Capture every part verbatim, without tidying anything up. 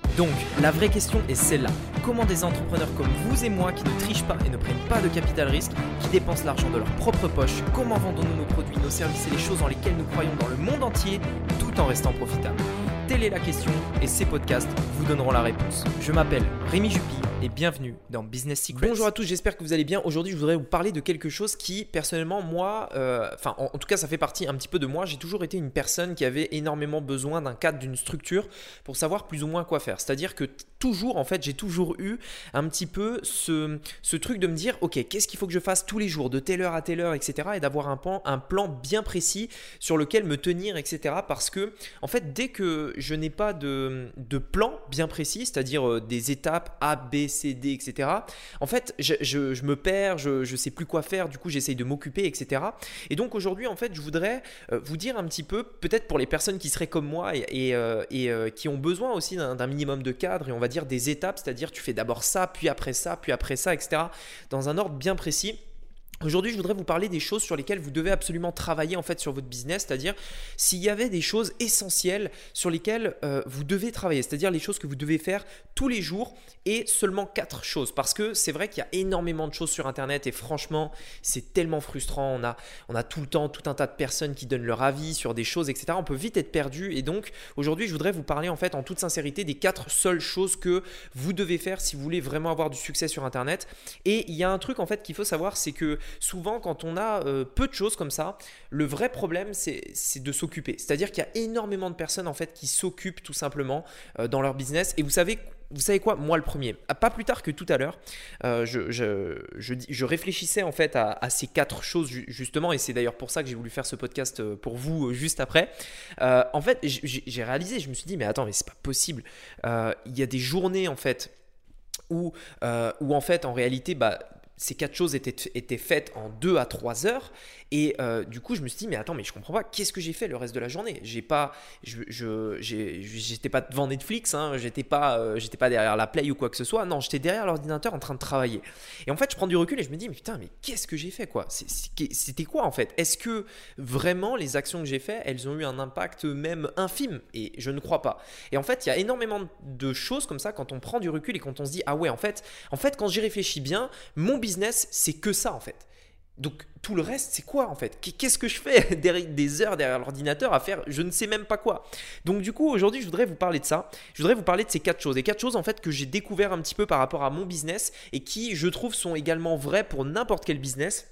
Donc, la vraie question est celle-là. Comment des entrepreneurs comme vous et moi qui ne trichent pas et ne prennent pas de capital risque, qui dépensent l'argent de leur propre poche, comment vendons-nous nos produits, nos services et les choses en lesquelles nous croyons dans le monde entier, tout en restant profitables? Telle est la question et ces podcasts vous donneront la réponse. Je m'appelle Rémi Jupy et bienvenue dans Business Secrets. Bonjour à tous, j'espère que vous allez bien. Aujourd'hui, je voudrais vous parler de quelque chose qui, personnellement, moi, euh, enfin, en, en tout cas, ça fait partie un petit peu de moi. J'ai toujours été une personne qui avait énormément besoin d'un cadre, d'une structure pour savoir plus ou moins quoi faire. C'est-à-dire que t- toujours, en fait, j'ai toujours eu un petit peu ce, ce truc de me dire, ok, qu'est-ce qu'il faut que je fasse tous les jours, de telle heure à telle heure, et cetera. Et d'avoir un plan, un plan bien précis sur lequel me tenir, et cetera. Parce que, en fait, dès que je n'ai pas de, de plan bien précis, c'est-à-dire euh, des étapes A, B, C, D, et cetera. En fait, je, je, je me perds, je ne sais plus quoi faire, du coup, j'essaye de m'occuper, et cetera. Et donc, aujourd'hui, en fait, je voudrais euh, vous dire un petit peu, peut-être pour les personnes qui seraient comme moi et, et, euh, et euh, qui ont besoin aussi d'un, d'un minimum de cadre et on va dire des étapes, c'est-à-dire tu fais d'abord ça, puis après ça, puis après ça, et cetera. Dans un ordre bien précis. Aujourd'hui, je voudrais vous parler des choses sur lesquelles vous devez absolument travailler en fait sur votre business, c'est-à-dire s'il y avait des choses essentielles sur lesquelles euh, vous devez travailler, c'est-à-dire les choses que vous devez faire tous les jours et seulement quatre choses. Parce que c'est vrai qu'il y a énormément de choses sur Internet et franchement, c'est tellement frustrant. On a, on a tout le temps tout un tas de personnes qui donnent leur avis sur des choses, et cetera. On peut vite être perdu et donc aujourd'hui, je voudrais vous parler en fait en toute sincérité des quatre seules choses que vous devez faire si vous voulez vraiment avoir du succès sur Internet. Et il y a un truc en fait qu'il faut savoir, c'est que souvent, quand on a euh, peu de choses comme ça, le vrai problème, c'est, c'est de s'occuper. C'est-à-dire qu'il y a énormément de personnes en fait qui s'occupent tout simplement euh, dans leur business. Et vous savez, vous savez quoi? Moi, le premier. Pas plus tard que tout à l'heure, euh, je, je, je, je réfléchissais en fait à, à ces quatre choses justement. Et c'est d'ailleurs pour ça que j'ai voulu faire ce podcast pour vous juste après. Euh, en fait, j'ai, j'ai réalisé, je me suis dit, mais attends, mais c'est pas possible. Euh, il y a des journées en fait où, euh, où en fait, en réalité, bah ces quatre choses étaient, étaient faites en deux à trois heures et euh, du coup je me suis dit mais attends mais je comprends pas, qu'est-ce que j'ai fait le reste de la journée? J'ai pas, je, je, j'ai, j'étais pas devant Netflix, hein, j'étais pas, euh, j'étais pas derrière la Play ou quoi que ce soit, non j'étais derrière l'ordinateur en train de travailler et en fait je prends du recul et je me dis mais putain mais qu'est-ce que j'ai fait quoi? C'est, c'est, c'était quoi en fait? Est-ce que vraiment les actions que j'ai fait elles ont eu un impact même infime? Et je ne crois pas. Et en fait il y a énormément de choses comme ça quand on prend du recul et quand on se dit ah ouais en fait, en fait quand j'y réfléchis bien, mon business c'est que ça en fait. Donc tout le reste c'est quoi en fait? Qu'est-ce que je fais des heures derrière l'ordinateur à faire je ne sais même pas quoi? Donc du coup aujourd'hui je voudrais vous parler de ça. Je voudrais vous parler de ces quatre choses. Et quatre choses en fait que j'ai découvert un petit peu par rapport à mon business et qui je trouve sont également vraies pour n'importe quel business.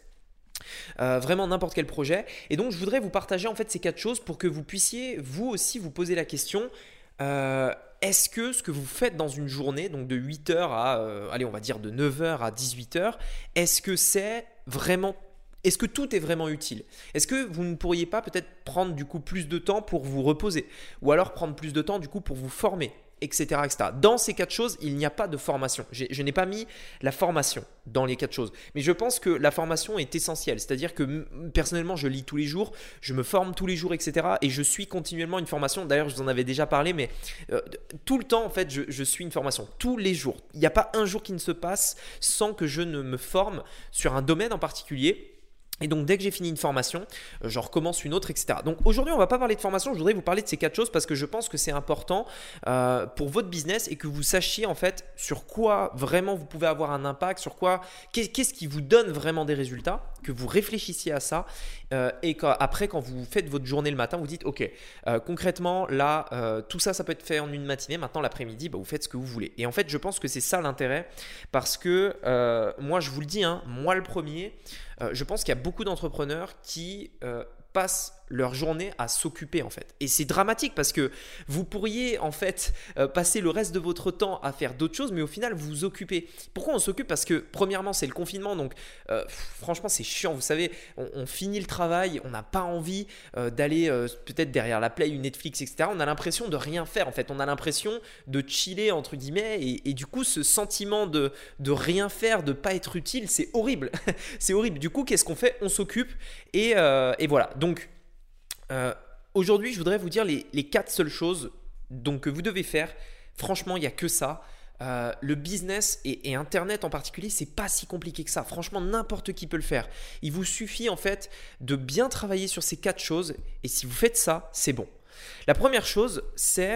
Euh, vraiment n'importe quel projet. Et donc je voudrais vous partager en fait ces quatre choses pour que vous puissiez vous aussi vous poser la question euh, est-ce que ce que vous faites dans une journée, donc de huit heures à, euh, allez, on va dire de neuf heures à dix-huit heures, est-ce que c'est vraiment, est-ce que tout est vraiment utile? Est-ce que vous ne pourriez pas peut-être prendre du coup plus de temps pour vous reposer? Ou alors prendre plus de temps du coup pour vous former? Etc, et cetera. Dans ces quatre choses, il n'y a pas de formation. J'ai, je n'ai pas mis la formation dans les quatre choses. Mais je pense que la formation est essentielle. C'est-à-dire que personnellement, je lis tous les jours, je me forme tous les jours, et cetera. Et je suis continuellement une formation. D'ailleurs, je vous en avais déjà parlé, mais euh, tout le temps, en fait, je, je suis une formation. Tous les jours. Il n'y a pas un jour qui ne se passe sans que je ne me forme sur un domaine en particulier. Et donc dès que j'ai fini une formation, euh, je recommence une autre, et cetera. Donc aujourd'hui, on ne va pas parler de formation, je voudrais vous parler de ces quatre choses parce que je pense que c'est important euh, pour votre business et que vous sachiez en fait sur quoi vraiment vous pouvez avoir un impact, sur quoi, qu'est-ce qui vous donne vraiment des résultats, que vous réfléchissiez à ça euh, et qu'après quand vous faites votre journée le matin, vous dites ok, euh, concrètement là, euh, tout ça, ça peut être fait en une matinée, maintenant l'après-midi, bah, vous faites ce que vous voulez. Et en fait, je pense que c'est ça l'intérêt parce que euh, moi, je vous le dis, hein, moi le premier, euh, je pense qu'il y a beaucoup d'entrepreneurs qui euh, passent leur journée à s'occuper en fait. Et c'est dramatique parce que vous pourriez en fait euh, passer le reste de votre temps à faire d'autres choses, mais au final vous vous occupez. Pourquoi on s'occupe? Parce que premièrement c'est le confinement, donc euh, franchement c'est chiant, vous savez, on, on finit le travail, on n'a pas envie euh, d'aller euh, peut-être derrière la Play ou Netflix, et cetera. On a l'impression de rien faire en fait, on a l'impression de chiller entre guillemets et, et du coup ce sentiment de, de rien faire, de pas être utile, c'est horrible. C'est horrible. Du coup qu'est-ce qu'on fait? On s'occupe et, euh, et voilà. Donc Euh, aujourd'hui, je voudrais vous dire les, les quatre seules choses donc, que vous devez faire. Franchement, il n'y a que ça. Euh, le business et, et Internet en particulier, c'est pas si compliqué que ça. Franchement, n'importe qui peut le faire. Il vous suffit en fait de bien travailler sur ces quatre choses et si vous faites ça, c'est bon. La première chose, c'est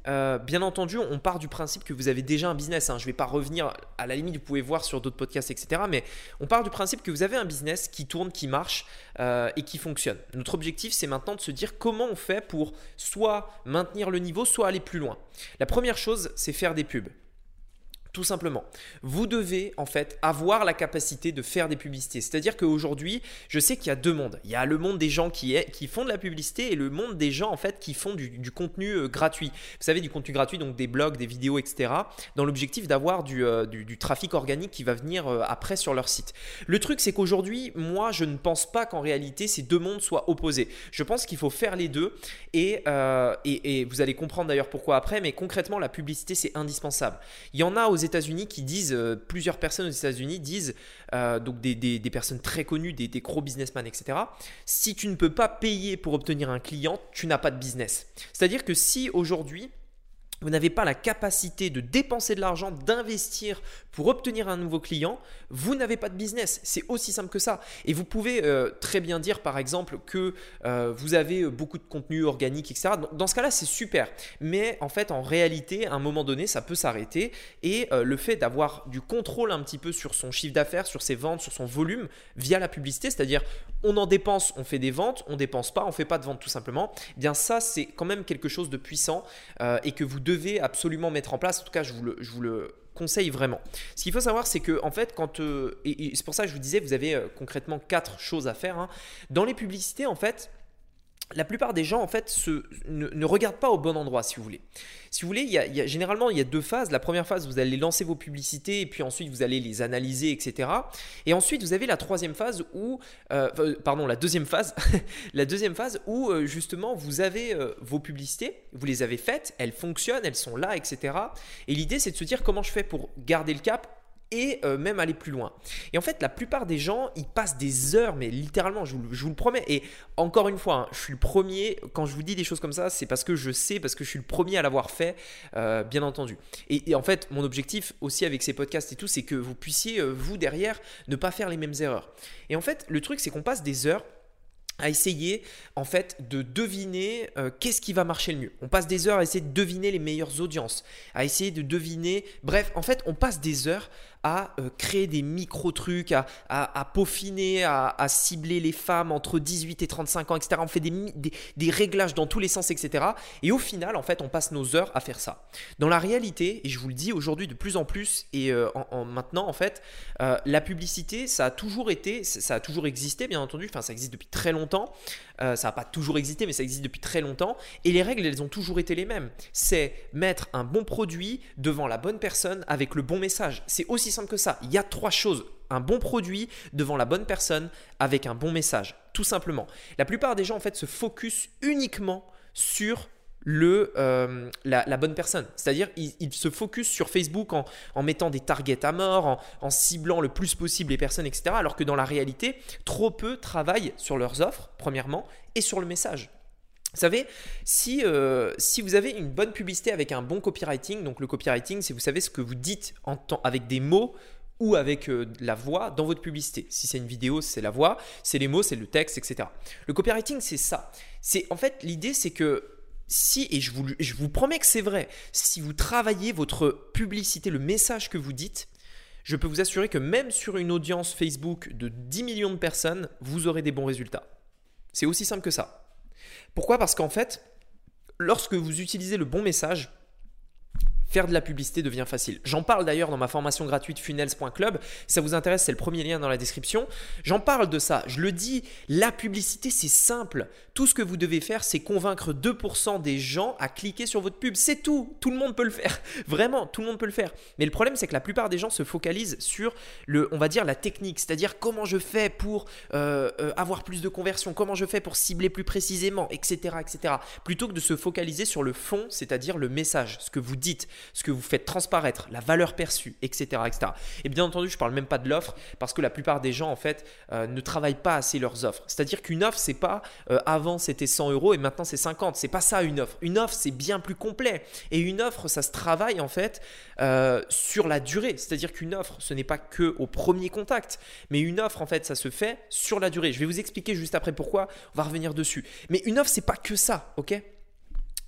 euh, bien entendu, on part du principe que vous avez déjà un business. Hein. Je ne vais pas revenir, à la limite, vous pouvez voir sur d'autres podcasts, et cetera. Mais on part du principe que vous avez un business qui tourne, qui marche euh, et qui fonctionne. Notre objectif, c'est maintenant de se dire comment on fait pour soit maintenir le niveau, soit aller plus loin. La première chose, c'est faire des pubs. Tout simplement, vous devez en fait avoir la capacité de faire des publicités. C'est-à-dire qu'aujourd'hui, je sais qu'il y a deux mondes. Il y a le monde des gens qui, est, qui font de la publicité et le monde des gens en fait qui font du, du contenu euh, gratuit. Vous savez, du contenu gratuit, donc des blogs, des vidéos, et cetera. Dans l'objectif d'avoir du, euh, du, du trafic organique qui va venir euh, après sur leur site. Le truc, c'est qu'aujourd'hui, moi, je ne pense pas qu'en réalité, ces deux mondes soient opposés. Je pense qu'il faut faire les deux et, euh, et, et vous allez comprendre d'ailleurs pourquoi après, mais concrètement, la publicité, c'est indispensable. Il y en a aux États-Unis qui disent, euh, plusieurs personnes aux États-Unis disent, euh, donc des, des, des personnes très connues, des, des gros businessmen, et cetera. Si tu ne peux pas payer pour obtenir un client, tu n'as pas de business. C'est-à-dire que si aujourd'hui, vous n'avez pas la capacité de dépenser de l'argent, d'investir pour obtenir un nouveau client, vous n'avez pas de business. C'est aussi simple que ça. Et vous pouvez euh, très bien dire par exemple que euh, vous avez beaucoup de contenu organique, et cetera. Dans, dans ce cas-là, c'est super. Mais en fait, en réalité, à un moment donné, ça peut s'arrêter. Et euh, le fait d'avoir du contrôle un petit peu sur son chiffre d'affaires, sur ses ventes, sur son volume via la publicité, c'est-à-dire on en dépense, on fait des ventes, on ne dépense pas, on ne fait pas de ventes tout simplement. Eh bien ça, c'est quand même quelque chose de puissant euh, et que vous devez absolument mettre en place. En tout cas, je vous le, je vous le conseille vraiment. Ce qu'il faut savoir, c'est que en fait, quand euh, et, et c'est pour ça que je vous disais, vous avez euh, concrètement quatre choses à faire. Hein. Dans les publicités, en fait, la plupart des gens en fait se, ne, ne regardent pas au bon endroit, si vous voulez. Si vous voulez, il y a, il y a, généralement il y a deux phases. La première phase, vous allez lancer vos publicités et puis ensuite vous allez les analyser, et cetera. Et ensuite vous avez la troisième phase où, euh, pardon, la deuxième phase, la deuxième phase où euh, justement vous avez euh, vos publicités, vous les avez faites, elles fonctionnent, elles sont là, et cetera. Et l'idée c'est de se dire comment je fais pour garder le cap et euh, même aller plus loin. Et en fait, la plupart des gens, ils passent des heures, mais littéralement, je vous, je vous le promets. Et encore une fois, hein, je suis le premier, quand je vous dis des choses comme ça, c'est parce que je sais, parce que je suis le premier à l'avoir fait, euh, bien entendu. Et, et en fait, mon objectif aussi avec ces podcasts et tout, c'est que vous puissiez, euh, vous derrière, ne pas faire les mêmes erreurs. Et en fait, le truc, c'est qu'on passe des heures à essayer en fait de deviner euh, qu'est-ce qui va marcher le mieux. On passe des heures à essayer de deviner les meilleures audiences, à essayer de deviner, bref, en fait, on passe des heures à euh, créer des micro-trucs, à, à, à peaufiner, à, à cibler les femmes entre dix-huit et trente-cinq ans, et cetera. On fait des, des, des réglages dans tous les sens, et cetera. Et au final, en fait, on passe nos heures à faire ça. Dans la réalité, et je vous le dis aujourd'hui de plus en plus, et euh, en, en maintenant, en fait, euh, la publicité, ça a toujours été, ça a toujours existé, bien entendu, enfin, ça existe depuis très longtemps. Euh, ça n'a pas toujours existé, mais ça existe depuis très longtemps. Et les règles, elles ont toujours été les mêmes. C'est mettre un bon produit devant la bonne personne avec le bon message. C'est aussi simple que ça. Il y a trois choses. Un bon produit devant la bonne personne avec un bon message. Tout simplement. La plupart des gens, en fait, se focus uniquement sur Le, euh, la, la bonne personne. C'est-à-dire ils, ils se focus sur Facebook en, en mettant des targets à mort, en, en ciblant le plus possible les personnes, et cetera. Alors que dans la réalité, trop peu travaillent sur leurs offres, premièrement, et sur le message. Vous savez, si, euh, si vous avez une bonne publicité avec un bon copywriting, donc le copywriting, c'est vous savez ce que vous dites en temps, avec des mots ou avec euh, la voix dans votre publicité. Si c'est une vidéo, c'est la voix, c'est les mots, c'est le texte, et cetera. Le copywriting, c'est ça. C'est, en fait, l'idée, c'est que si, et je vous, je vous promets que c'est vrai, si vous travaillez votre publicité, le message que vous dites, je peux vous assurer que même sur une audience Facebook de dix millions de personnes, vous aurez des bons résultats. C'est aussi simple que ça. Pourquoi ? Parce qu'en fait, lorsque vous utilisez le bon message, faire de la publicité devient facile. J'en parle d'ailleurs dans ma formation gratuite funnels point club. Si ça vous intéresse, c'est le premier lien dans la description. J'en parle de ça. Je le dis, la publicité, c'est simple. Tout ce que vous devez faire, c'est convaincre deux pour cent des gens à cliquer sur votre pub. C'est tout. Tout le monde peut le faire. Vraiment, tout le monde peut le faire. Mais le problème, c'est que la plupart des gens se focalisent sur, le, on va dire, la technique. C'est-à-dire comment je fais pour euh, euh, avoir plus de conversions, comment je fais pour cibler plus précisément, et cetera, et cetera. Plutôt que de se focaliser sur le fond, c'est-à-dire le message, ce que vous dites, ce que vous faites transparaître, la valeur perçue, et cetera, et cetera. Et bien entendu, je ne parle même pas de l'offre parce que la plupart des gens en fait euh, ne travaillent pas assez leurs offres. C'est-à-dire qu'une offre, c'est pas euh, avant c'était cent euros et maintenant c'est cinquante. C'est pas ça une offre. Une offre, c'est bien plus complet. Et une offre, ça se travaille en fait euh, sur la durée. C'est-à-dire qu'une offre, ce n'est pas que au premier contact, mais une offre en fait, ça se fait sur la durée. Je vais vous expliquer juste après pourquoi. On va revenir dessus. Mais une offre, c'est pas que ça, ok ?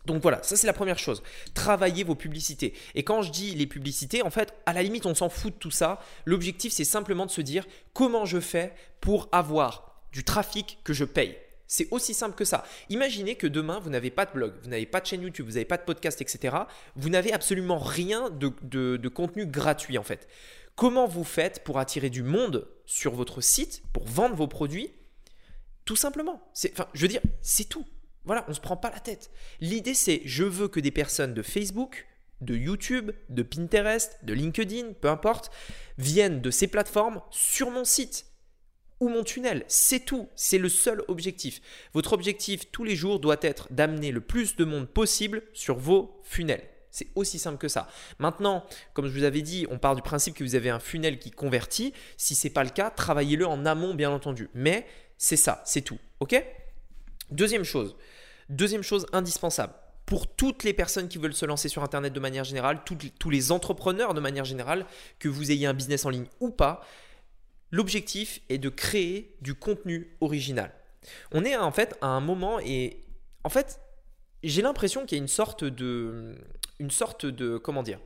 Donc voilà, ça c'est la première chose. Travaillez vos publicités. Et quand je dis les publicités, en fait, à la limite, on s'en fout de tout ça. L'objectif, c'est simplement de se dire comment je fais pour avoir du trafic que je paye. C'est aussi simple que ça. Imaginez que demain, vous n'avez pas de blog, vous n'avez pas de chaîne YouTube, vous n'avez pas de podcast, et cetera. Vous n'avez absolument rien de, de, de contenu gratuit en fait. Comment vous faites pour attirer du monde sur votre site, pour vendre vos produits? Tout simplement. C'est, enfin, je veux dire, c'est tout. Voilà, on ne se prend pas la tête. L'idée, c'est je veux que des personnes de Facebook, de YouTube, de Pinterest, de LinkedIn, peu importe, viennent de ces plateformes sur mon site ou mon tunnel. C'est tout. C'est le seul objectif. Votre objectif tous les jours doit être d'amener le plus de monde possible sur vos funnels. C'est aussi simple que ça. Maintenant, comme je vous avais dit, on part du principe que vous avez un funnel qui convertit. Si ce n'est pas le cas, travaillez-le en amont, bien entendu. Mais c'est ça, c'est tout. OK ? Deuxième chose. Deuxième chose indispensable. Pour toutes les personnes qui veulent se lancer sur Internet de manière générale, toutes, tous les entrepreneurs de manière générale, que vous ayez un business en ligne ou pas, l'objectif est de créer du contenu original. On est en fait à un moment et en fait, j'ai l'impression qu'il y a une sorte de, une sorte de, comment dire,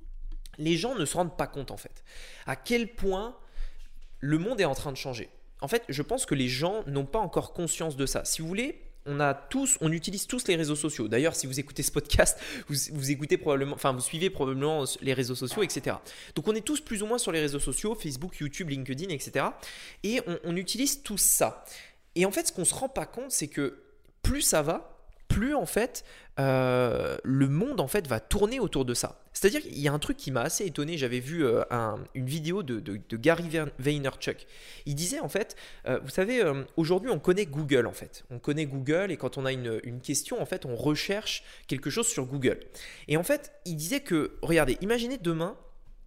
les gens ne se rendent pas compte en fait à quel point le monde est en train de changer. En fait, je pense que les gens n'ont pas encore conscience de ça. Si vous voulez, on a tous, on utilise tous les réseaux sociaux. D'ailleurs, si vous écoutez ce podcast, vous, vous écoutez probablement, enfin vous suivez probablement les réseaux sociaux, et cetera. Donc on est tous plus ou moins sur les réseaux sociaux, Facebook, YouTube, LinkedIn, et cetera. Et on, on utilise tout ça. Et en fait, ce qu'on se rend pas compte, c'est que plus ça va, plus en fait euh, le monde en fait va tourner autour de ça. C'est-à-dire qu'il y a un truc qui m'a assez étonné. J'avais vu euh, un, une vidéo de, de, de Gary Vaynerchuk. Il disait en fait, euh, vous savez, euh, aujourd'hui on connaît Google en fait. On connaît Google et quand on a une, une question en fait, on recherche quelque chose sur Google. Et en fait, il disait que, regardez, imaginez demain.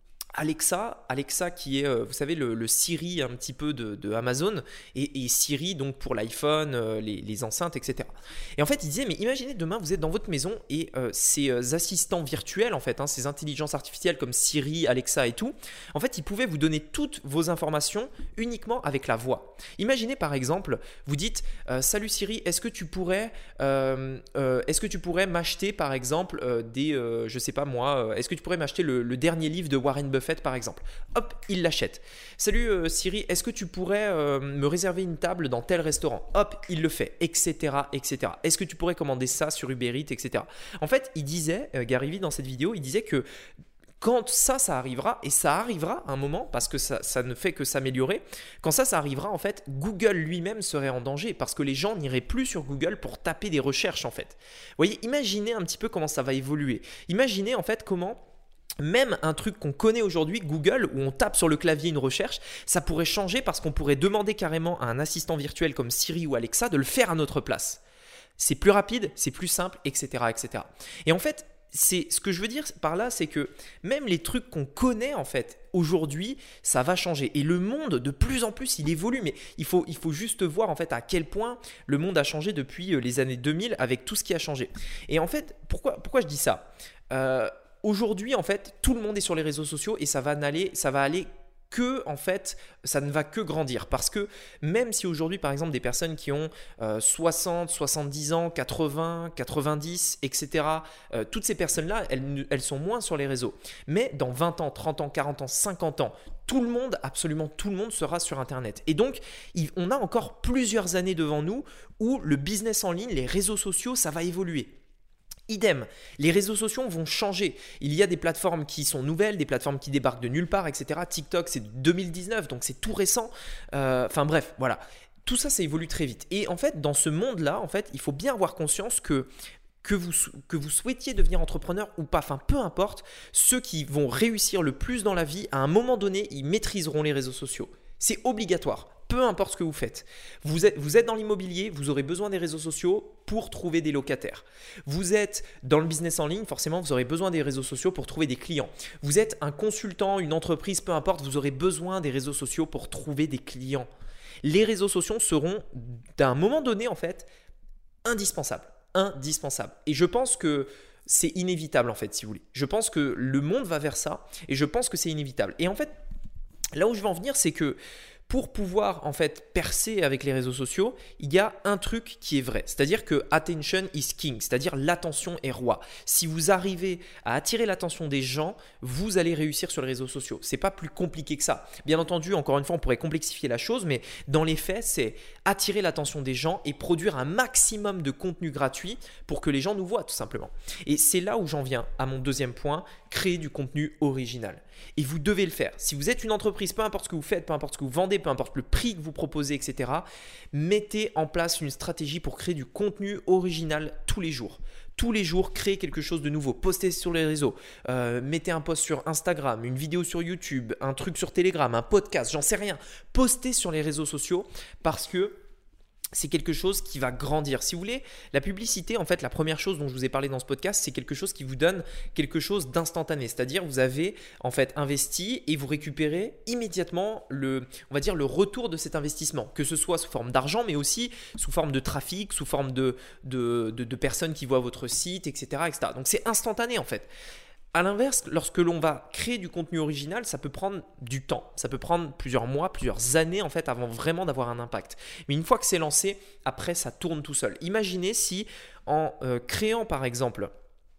Alexa, Alexa qui est, euh, vous savez, le, le Siri un petit peu de, de Amazon et, et Siri donc pour l'iPhone, euh, les, les enceintes, et cetera. Et en fait, il disait, mais imaginez demain, vous êtes dans votre maison et euh, ces euh, assistants virtuels, en fait, hein, ces intelligences artificielles comme Siri, Alexa et tout, en fait, ils pouvaient vous donner toutes vos informations uniquement avec la voix. Imaginez par exemple, vous dites, euh, salut Siri, est-ce que tu pourrais, euh, euh, est-ce que tu pourrais m'acheter par exemple euh, des, euh, je sais pas moi, euh, est-ce que tu pourrais m'acheter le, le dernier livre de Warren Buffett par exemple. Hop, il l'achète. Salut euh, Siri, est-ce que tu pourrais euh, me réserver une table dans tel restaurant? Hop, il le fait, et cetera, et cetera. Est-ce que tu pourrais commander ça sur Uber Eats, et cetera. En fait, il disait, euh, Gary Vee dans cette vidéo, il disait que quand ça, ça arrivera, et ça arrivera à un moment, parce que ça, ça ne fait que s'améliorer, quand ça, ça arrivera, en fait, Google lui-même serait en danger, parce que les gens n'iraient plus sur Google pour taper des recherches, en fait. Vous voyez, imaginez un petit peu comment ça va évoluer. Imaginez, en fait, comment même un truc qu'on connaît aujourd'hui, Google, où on tape sur le clavier une recherche, ça pourrait changer parce qu'on pourrait demander carrément à un assistant virtuel comme Siri ou Alexa de le faire à notre place. C'est plus rapide, c'est plus simple, et cetera, et cetera. Et en fait, c'est, ce que je veux dire par là, c'est que même les trucs qu'on connaît en fait aujourd'hui, ça va changer. Et le monde, de plus en plus, il évolue. Mais il faut, il faut juste voir en fait à quel point le monde a changé depuis les années deux mille avec tout ce qui a changé. Et en fait, pourquoi, pourquoi je dis ça euh, Aujourd'hui, en fait, tout le monde est sur les réseaux sociaux et ça va aller, ça va aller que, en fait, ça ne va que grandir. Parce que même si aujourd'hui, par exemple, des personnes qui ont euh, soixante, soixante-dix ans, quatre-vingts, quatre-vingt-dix, et cetera, euh, toutes ces personnes-là, elles, elles sont moins sur les réseaux. Mais dans vingt ans, trente ans, quarante ans, cinquante ans, tout le monde, absolument tout le monde sera sur Internet. Et donc, on a encore plusieurs années devant nous où le business en ligne, les réseaux sociaux, ça va évoluer. Idem, les réseaux sociaux vont changer. Il y a des plateformes qui sont nouvelles, des plateformes qui débarquent de nulle part, et cetera. TikTok, c'est de deux mille dix-neuf, donc c'est tout récent. Euh, enfin bref, voilà. Tout ça, ça évolue très vite. Et en fait, dans ce monde-là, en fait, il faut bien avoir conscience que que vous, que vous souhaitiez devenir entrepreneur ou pas, enfin peu importe, ceux qui vont réussir le plus dans la vie, à un moment donné, ils maîtriseront les réseaux sociaux. C'est obligatoire. Peu importe ce que vous faites. Vous êtes, vous êtes dans l'immobilier, vous aurez besoin des réseaux sociaux pour trouver des locataires. Vous êtes dans le business en ligne, forcément, vous aurez besoin des réseaux sociaux pour trouver des clients. Vous êtes un consultant, une entreprise, peu importe, vous aurez besoin des réseaux sociaux pour trouver des clients. Les réseaux sociaux seront, d'un moment donné, en fait, indispensables. Indispensables. Et je pense que c'est inévitable, en fait, si vous voulez. Je pense que le monde va vers ça et je pense que c'est inévitable. Et en fait, là où je veux en venir, c'est que Pour pouvoir en fait percer avec les réseaux sociaux, il y a un truc qui est vrai, c'est-à-dire que attention is king, c'est-à-dire l'attention est roi. Si vous arrivez à attirer l'attention des gens, vous allez réussir sur les réseaux sociaux. C'est pas plus compliqué que ça. Bien entendu, encore une fois, on pourrait complexifier la chose, mais dans les faits, c'est attirer l'attention des gens et produire un maximum de contenu gratuit pour que les gens nous voient tout simplement. Et c'est là où j'en viens à mon deuxième point, créer du contenu original. Et vous devez le faire. Si vous êtes une entreprise, peu importe ce que vous faites, peu importe ce que vous vendez, peu importe le prix que vous proposez, et cetera, mettez en place une stratégie pour créer du contenu original tous les jours. Tous les jours, créez quelque chose de nouveau. Postez sur les réseaux. Euh, mettez un post sur Instagram, une vidéo sur YouTube, un truc sur Telegram, un podcast, j'en sais rien. Postez sur les réseaux sociaux parce que c'est quelque chose qui va grandir. Si vous voulez, la publicité, en fait, la première chose dont je vous ai parlé dans ce podcast, c'est quelque chose qui vous donne quelque chose d'instantané. C'est-à-dire, vous avez en fait investi et vous récupérez immédiatement le, on va dire, le retour de cet investissement, que ce soit sous forme d'argent, mais aussi sous forme de trafic, sous forme de, de, de, de personnes qui voient votre site, et cetera, et cetera. Donc, c'est instantané en fait. À l'inverse, lorsque l'on va créer du contenu original, ça peut prendre du temps. Ça peut prendre plusieurs mois, plusieurs années en fait avant vraiment d'avoir un impact. Mais une fois que c'est lancé, après ça tourne tout seul. Imaginez si en euh, créant par exemple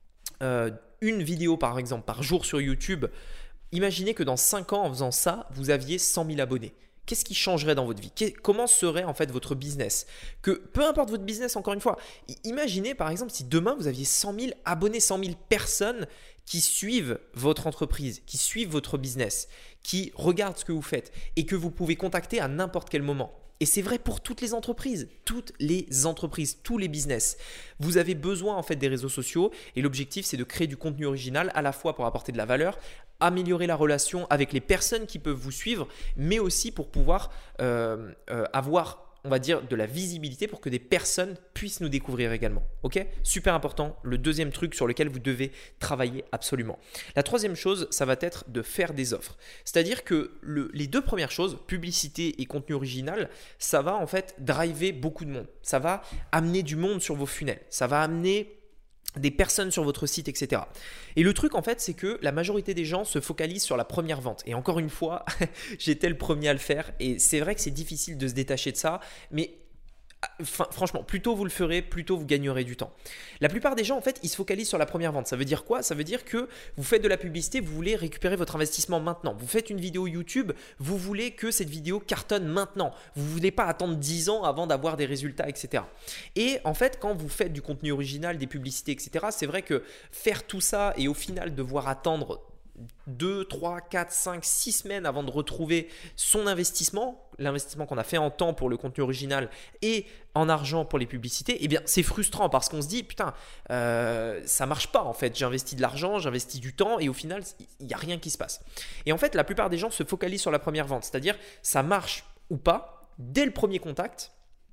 euh, une vidéo par exemple par jour sur YouTube, imaginez que dans cinq ans en faisant ça, vous aviez cent mille abonnés. Qu'est-ce qui changerait dans votre vie? Comment serait en fait votre business? Que peu importe votre business, encore une fois, imaginez par exemple si demain vous aviez cent mille abonnés, cent mille personnes qui suivent votre entreprise, qui suivent votre business, qui regardent ce que vous faites et que vous pouvez contacter à n'importe quel moment. Et c'est vrai pour toutes les entreprises, toutes les entreprises, tous les business. Vous avez besoin en fait des réseaux sociaux et l'objectif c'est de créer du contenu original à la fois pour apporter de la valeur, améliorer la relation avec les personnes qui peuvent vous suivre, mais aussi pour pouvoir euh, euh, avoir, on va dire, de la visibilité pour que des personnes puissent nous découvrir également. Ok ? Super important, le deuxième truc sur lequel vous devez travailler absolument. La troisième chose, ça va être de faire des offres. C'est-à-dire que le, les deux premières choses, publicité et contenu original, ça va en fait driver beaucoup de monde. Ça va amener du monde sur vos funnels. Ça va amener des personnes sur votre site, et cetera. Et le truc en fait, c'est que la majorité des gens se focalisent sur la première vente. Et encore une fois, j'étais le premier à le faire et c'est vrai que c'est difficile de se détacher de ça, mais Enfin, franchement, plus tôt vous le ferez, plus tôt vous gagnerez du temps. La plupart des gens, en fait, ils se focalisent sur la première vente. Ça veut dire quoi? Ça veut dire que vous faites de la publicité, vous voulez récupérer votre investissement maintenant. Vous faites une vidéo YouTube, vous voulez que cette vidéo cartonne maintenant. Vous ne voulez pas attendre dix ans avant d'avoir des résultats, et cetera. Et en fait, quand vous faites du contenu original, des publicités, et cetera, c'est vrai que faire tout ça et au final devoir attendre deux, trois, quatre, cinq, six semaines avant de retrouver son investissement, l'investissement qu'on a fait en temps pour le contenu original et en argent pour les publicités, eh bien c'est frustrant parce qu'on se dit putain, euh, ça marche pas en fait, j'ai investi de l'argent, j'ai investi du temps et au final, il n'y a rien qui se passe. Et en fait, la plupart des gens se focalisent sur la première vente, c'est-à-dire ça marche ou pas dès le premier contact.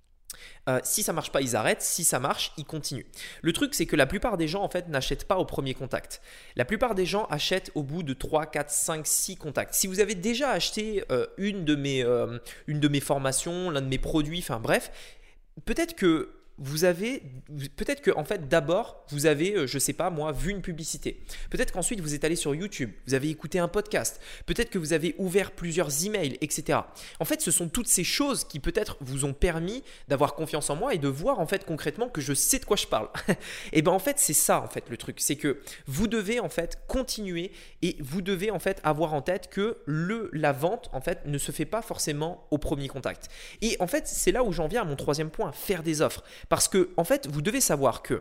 Euh, si ça marche pas, ils arrêtent. Si ça marche, ils continuent. Le truc, c'est que la plupart des gens en fait n'achètent pas au premier contact. La plupart des gens achètent au bout de trois, quatre, cinq, six contacts. Si vous avez déjà acheté euh, une de mes, euh, une de mes formations, l'un de mes produits, enfin bref, peut-être que vous avez, peut-être que en fait d'abord vous avez, je sais pas moi, vu une publicité. Peut-être qu'ensuite vous êtes allé sur YouTube, vous avez écouté un podcast. Peut-être que vous avez ouvert plusieurs emails, et cetera. En fait, ce sont toutes ces choses qui peut-être vous ont permis d'avoir confiance en moi et de voir en fait concrètement que je sais de quoi je parle. Et ben en fait c'est ça en fait le truc, c'est que vous devez en fait continuer et vous devez en fait avoir en tête que le la vente en fait ne se fait pas forcément au premier contact. Et en fait c'est là où j'en viens à mon troisième point, faire des offres. Parce que, en fait, vous devez savoir que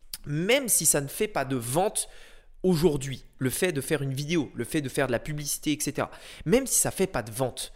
même si ça ne fait pas de vente aujourd'hui, le fait de faire une vidéo, le fait de faire de la publicité, et cetera, même si ça ne fait pas de vente,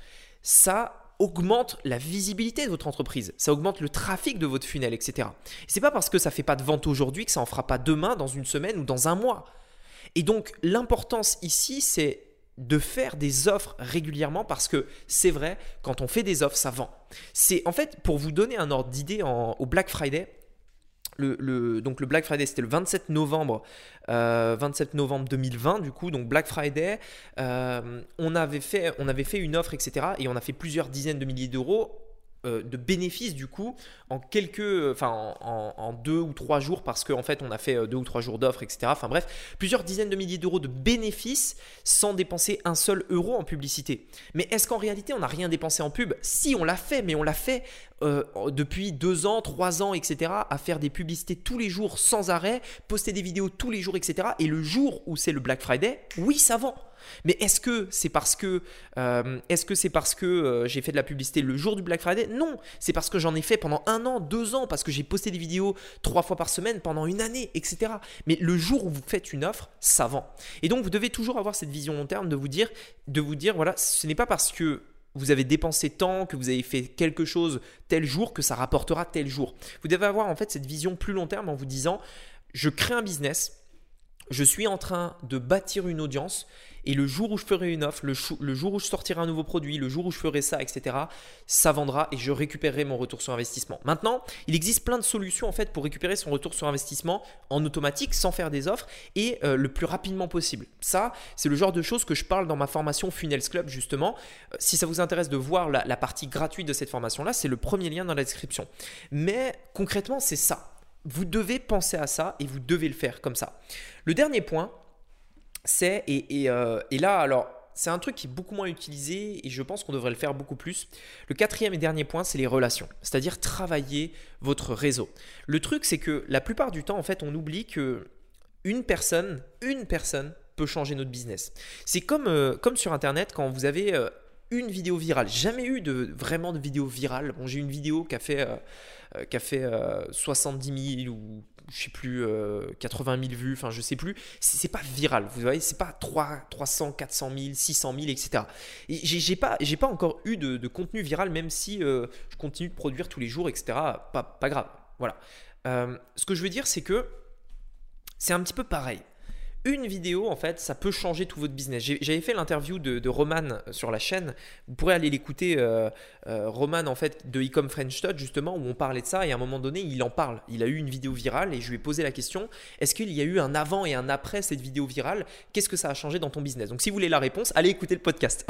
ça augmente la visibilité de votre entreprise, ça augmente le trafic de votre funnel, et cetera. Ce n'est pas parce que ça ne fait pas de vente aujourd'hui que ça n'en fera pas demain, dans une semaine ou dans un mois. Et donc, l'importance ici, c'est de faire des offres régulièrement parce que c'est vrai, quand on fait des offres, ça vend. C'est en fait, pour vous donner un ordre d'idée, en, au Black Friday, le, le, donc le Black Friday, c'était le vingt-sept novembre, euh, vingt-sept novembre deux mille vingt, du coup, donc Black Friday, euh, on, avait fait, on avait fait une offre, et cetera. Et on a fait plusieurs dizaines de milliers d'euros euh, de bénéfices du coup en quelques, enfin en, en, en deux ou trois jours parce qu'en fait on a fait deux ou trois jours d'offres, et cetera. Enfin bref, plusieurs dizaines de milliers d'euros de bénéfices sans dépenser un seul euro en publicité. Mais est-ce qu'en réalité on n'a rien dépensé en pub? Si, on l'a fait, mais on l'a fait euh, depuis deux ans, trois ans, et cetera. À faire des publicités tous les jours sans arrêt, poster des vidéos tous les jours, et cetera. Et le jour où c'est le Black Friday, oui, ça vend. Mais est-ce que c'est parce que, euh, est-ce que, c'est parce que euh, j'ai fait de la publicité le jour du Black Friday? Non, c'est parce que j'en ai fait pendant un an, deux ans, parce que j'ai posté des vidéos trois fois par semaine pendant une année, et cetera. Mais le jour où vous faites une offre, ça vend. Et donc, vous devez toujours avoir cette vision long terme de vous dire, de vous dire voilà, ce n'est pas parce que vous avez dépensé tant, que vous avez fait quelque chose tel jour, que ça rapportera tel jour. Vous devez avoir en fait cette vision plus long terme en vous disant, je crée un business, je suis en train de bâtir une audience et le jour où je ferai une offre, le, chou- le jour où je sortirai un nouveau produit, le jour où je ferai ça, et cetera, ça vendra et je récupérerai mon retour sur investissement. Maintenant, il existe plein de solutions en fait pour récupérer son retour sur investissement en automatique sans faire des offres et euh, le plus rapidement possible. Ça, c'est le genre de choses que je parle dans ma formation Funnels Club justement. Euh, si ça vous intéresse de voir la, la partie gratuite de cette formation-là, c'est le premier lien dans la description. Mais concrètement, c'est ça. Vous devez penser à ça et vous devez le faire comme ça. Le dernier point, c'est, et, et, euh, et là, alors, c'est un truc qui est beaucoup moins utilisé et je pense qu'on devrait le faire beaucoup plus. Le quatrième et dernier point, c'est les relations, c'est-à-dire travailler votre réseau. Le truc, c'est que la plupart du temps, en fait, on oublie que une personne, une personne peut changer notre business. C'est comme, euh, comme sur Internet, quand vous avez euh, une vidéo virale. Jamais eu de, vraiment de vidéo virale. Bon, j'ai une vidéo qui a fait, euh, euh, qui a fait euh, soixante-dix mille ou je sais plus, euh, quatre-vingt mille vues, enfin je sais plus. C'est, c'est pas viral, vous voyez, c'est pas trois cents, quatre cent mille, six cent mille, et cetera. Et j'ai, j'ai, pas, j'ai pas encore eu de, de contenu viral, même si euh, je continue de produire tous les jours, et cetera. Pas, pas grave, voilà. Euh, ce que je veux dire, c'est que c'est un petit peu pareil. Une vidéo, en fait, ça peut changer tout votre business. J'ai, j'avais fait l'interview de, de Roman sur la chaîne. Vous pourrez aller l'écouter. Euh, euh, Roman, en fait, de Ecom French Touch, justement, où on parlait de ça. Et à un moment donné, il en parle. Il a eu une vidéo virale et je lui ai posé la question, est-ce qu'il y a eu un avant et un après cette vidéo virale? Qu'est-ce que ça a changé dans ton business? Donc, si vous voulez la réponse, allez écouter le podcast.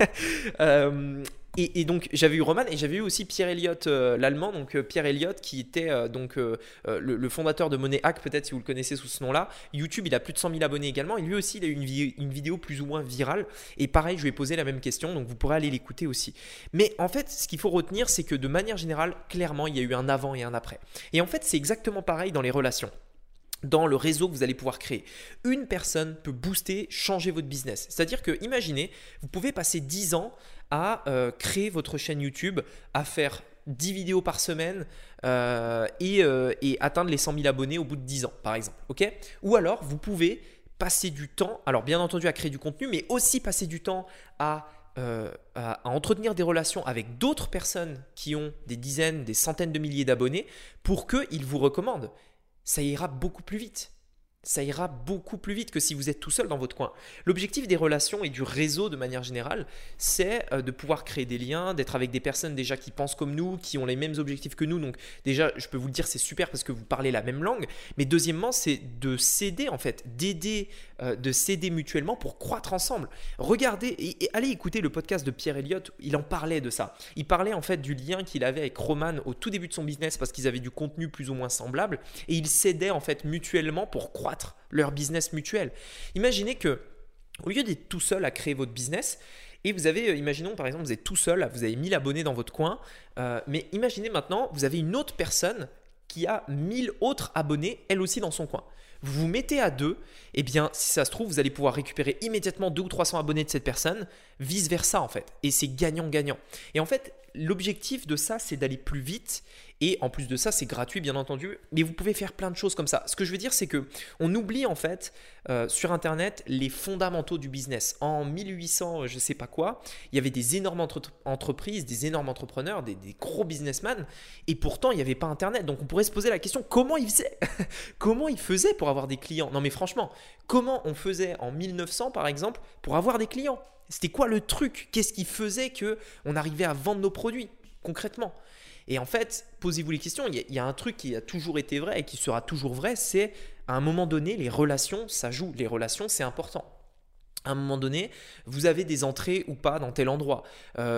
euh, Et, et donc j'avais eu Roman et j'avais eu aussi Pierre Elliott, euh, l'allemand, donc euh, Pierre Elliott qui était euh, donc euh, euh, le, le fondateur de Money Hack, peut-être si vous le connaissez sous ce nom-là. YouTube, il a plus de cent mille abonnés également et lui aussi il a eu une, vi- une vidéo plus ou moins virale et pareil je lui ai posé la même question, donc vous pourrez aller l'écouter aussi. Mais en fait ce qu'il faut retenir, c'est que de manière générale, clairement il y a eu un avant et un après. Et en fait c'est exactement pareil dans les relations. Dans le réseau que vous allez pouvoir créer. Une personne peut booster, changer votre business. C'est-à-dire que, imaginez, vous pouvez passer dix ans à euh, créer votre chaîne YouTube, à faire dix vidéos par semaine euh, et, euh, et atteindre les cent mille abonnés au bout de dix ans, par exemple. Okay ? Ou alors, vous pouvez passer du temps, alors bien entendu à créer du contenu, mais aussi passer du temps à Euh, à, à entretenir des relations avec d'autres personnes qui ont des dizaines, des centaines de milliers d'abonnés pour qu'ils vous recommandent. Ça ira beaucoup plus vite. Ça ira beaucoup plus vite que si vous êtes tout seul dans votre coin. L'objectif des relations et du réseau de manière générale, c'est de pouvoir créer des liens, d'être avec des personnes déjà qui pensent comme nous, qui ont les mêmes objectifs que nous. Donc déjà, je peux vous le dire, c'est super parce que vous parlez la même langue. Mais deuxièmement, c'est de s'aider en fait, d'aider, euh, de s'aider mutuellement pour croître ensemble. Regardez et, et allez écouter le podcast de Pierre Elliott, il en parlait de ça. Il parlait en fait du lien qu'il avait avec Roman au tout début de son business parce qu'ils avaient du contenu plus ou moins semblable et ils s'aidaient en fait mutuellement pour croître leur business mutuel. Imaginez que au lieu d'être tout seul à créer votre business, et vous avez, imaginons par exemple, vous êtes tout seul, vous avez mille abonnés dans votre coin, euh, mais imaginez maintenant, vous avez une autre personne qui a mille autres abonnés, elle aussi dans son coin. Vous vous mettez à deux, et eh bien si ça se trouve, vous allez pouvoir récupérer immédiatement deux ou trois cents abonnés de cette personne, vice versa en fait. Et c'est gagnant-gagnant. Et en fait, l'objectif de ça, c'est d'aller plus vite. Et en plus de ça, c'est gratuit bien entendu, mais vous pouvez faire plein de choses comme ça. Ce que je veux dire, c'est qu'on oublie en fait euh, sur Internet les fondamentaux du business. En mille huit cents, je ne sais pas quoi, il y avait des énormes entre- entreprises, des énormes entrepreneurs, des, des gros businessmen, et pourtant il n'y avait pas Internet. Donc on pourrait se poser la question, comment ils faisaient Comment ils faisaient pour avoir des clients? Non mais franchement, comment on faisait en mille neuf cents par exemple pour avoir des clients? C'était quoi le truc? Qu'est-ce qui faisait qu'on arrivait à vendre nos produits concrètement? Et en fait, posez-vous les questions. Il y, a, il y a un truc qui a toujours été vrai et qui sera toujours vrai, c'est à un moment donné, les relations, ça joue. Les relations, c'est important. À un moment donné, vous avez des entrées ou pas dans tel endroit. Euh,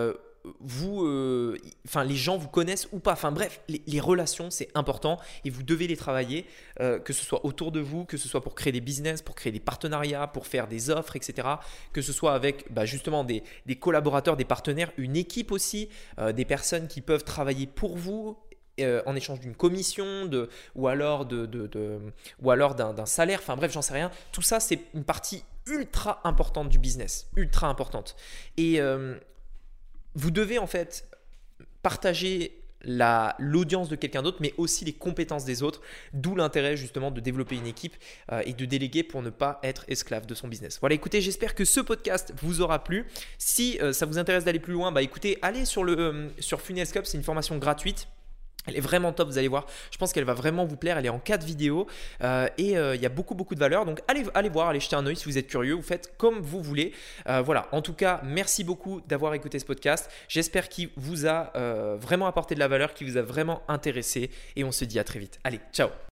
vous, euh, enfin, les gens vous connaissent ou pas. Enfin bref, les, les relations, c'est important et vous devez les travailler, euh, que ce soit autour de vous, que ce soit pour créer des business, pour créer des partenariats, pour faire des offres, et cetera. Que ce soit avec bah, justement des, des collaborateurs, des partenaires, une équipe aussi, euh, des personnes qui peuvent travailler pour vous. Euh, en échange d'une commission de, ou alors, de, de, de, ou alors d'un, d'un salaire, enfin bref, j'en sais rien. Tout ça, c'est une partie ultra importante du business, ultra importante. Et euh, vous devez en fait partager la, l'audience de quelqu'un d'autre, mais aussi les compétences des autres, d'où l'intérêt justement de développer une équipe euh, et de déléguer pour ne pas être esclave de son business. Voilà, écoutez, j'espère que ce podcast vous aura plu. Si euh, ça vous intéresse d'aller plus loin, bah écoutez, allez sur, le, euh, sur Funnelscope, c'est une formation gratuite. Elle est vraiment top, vous allez voir. Je pense qu'elle va vraiment vous plaire. Elle est en quatre vidéos euh, et il euh, y a beaucoup, beaucoup de valeur. Donc, allez, allez voir, allez jeter un œil si vous êtes curieux. Vous faites comme vous voulez. Euh, voilà. En tout cas, merci beaucoup d'avoir écouté ce podcast. J'espère qu'il vous a euh, vraiment apporté de la valeur, qu'il vous a vraiment intéressé. Et on se dit à très vite. Allez, ciao.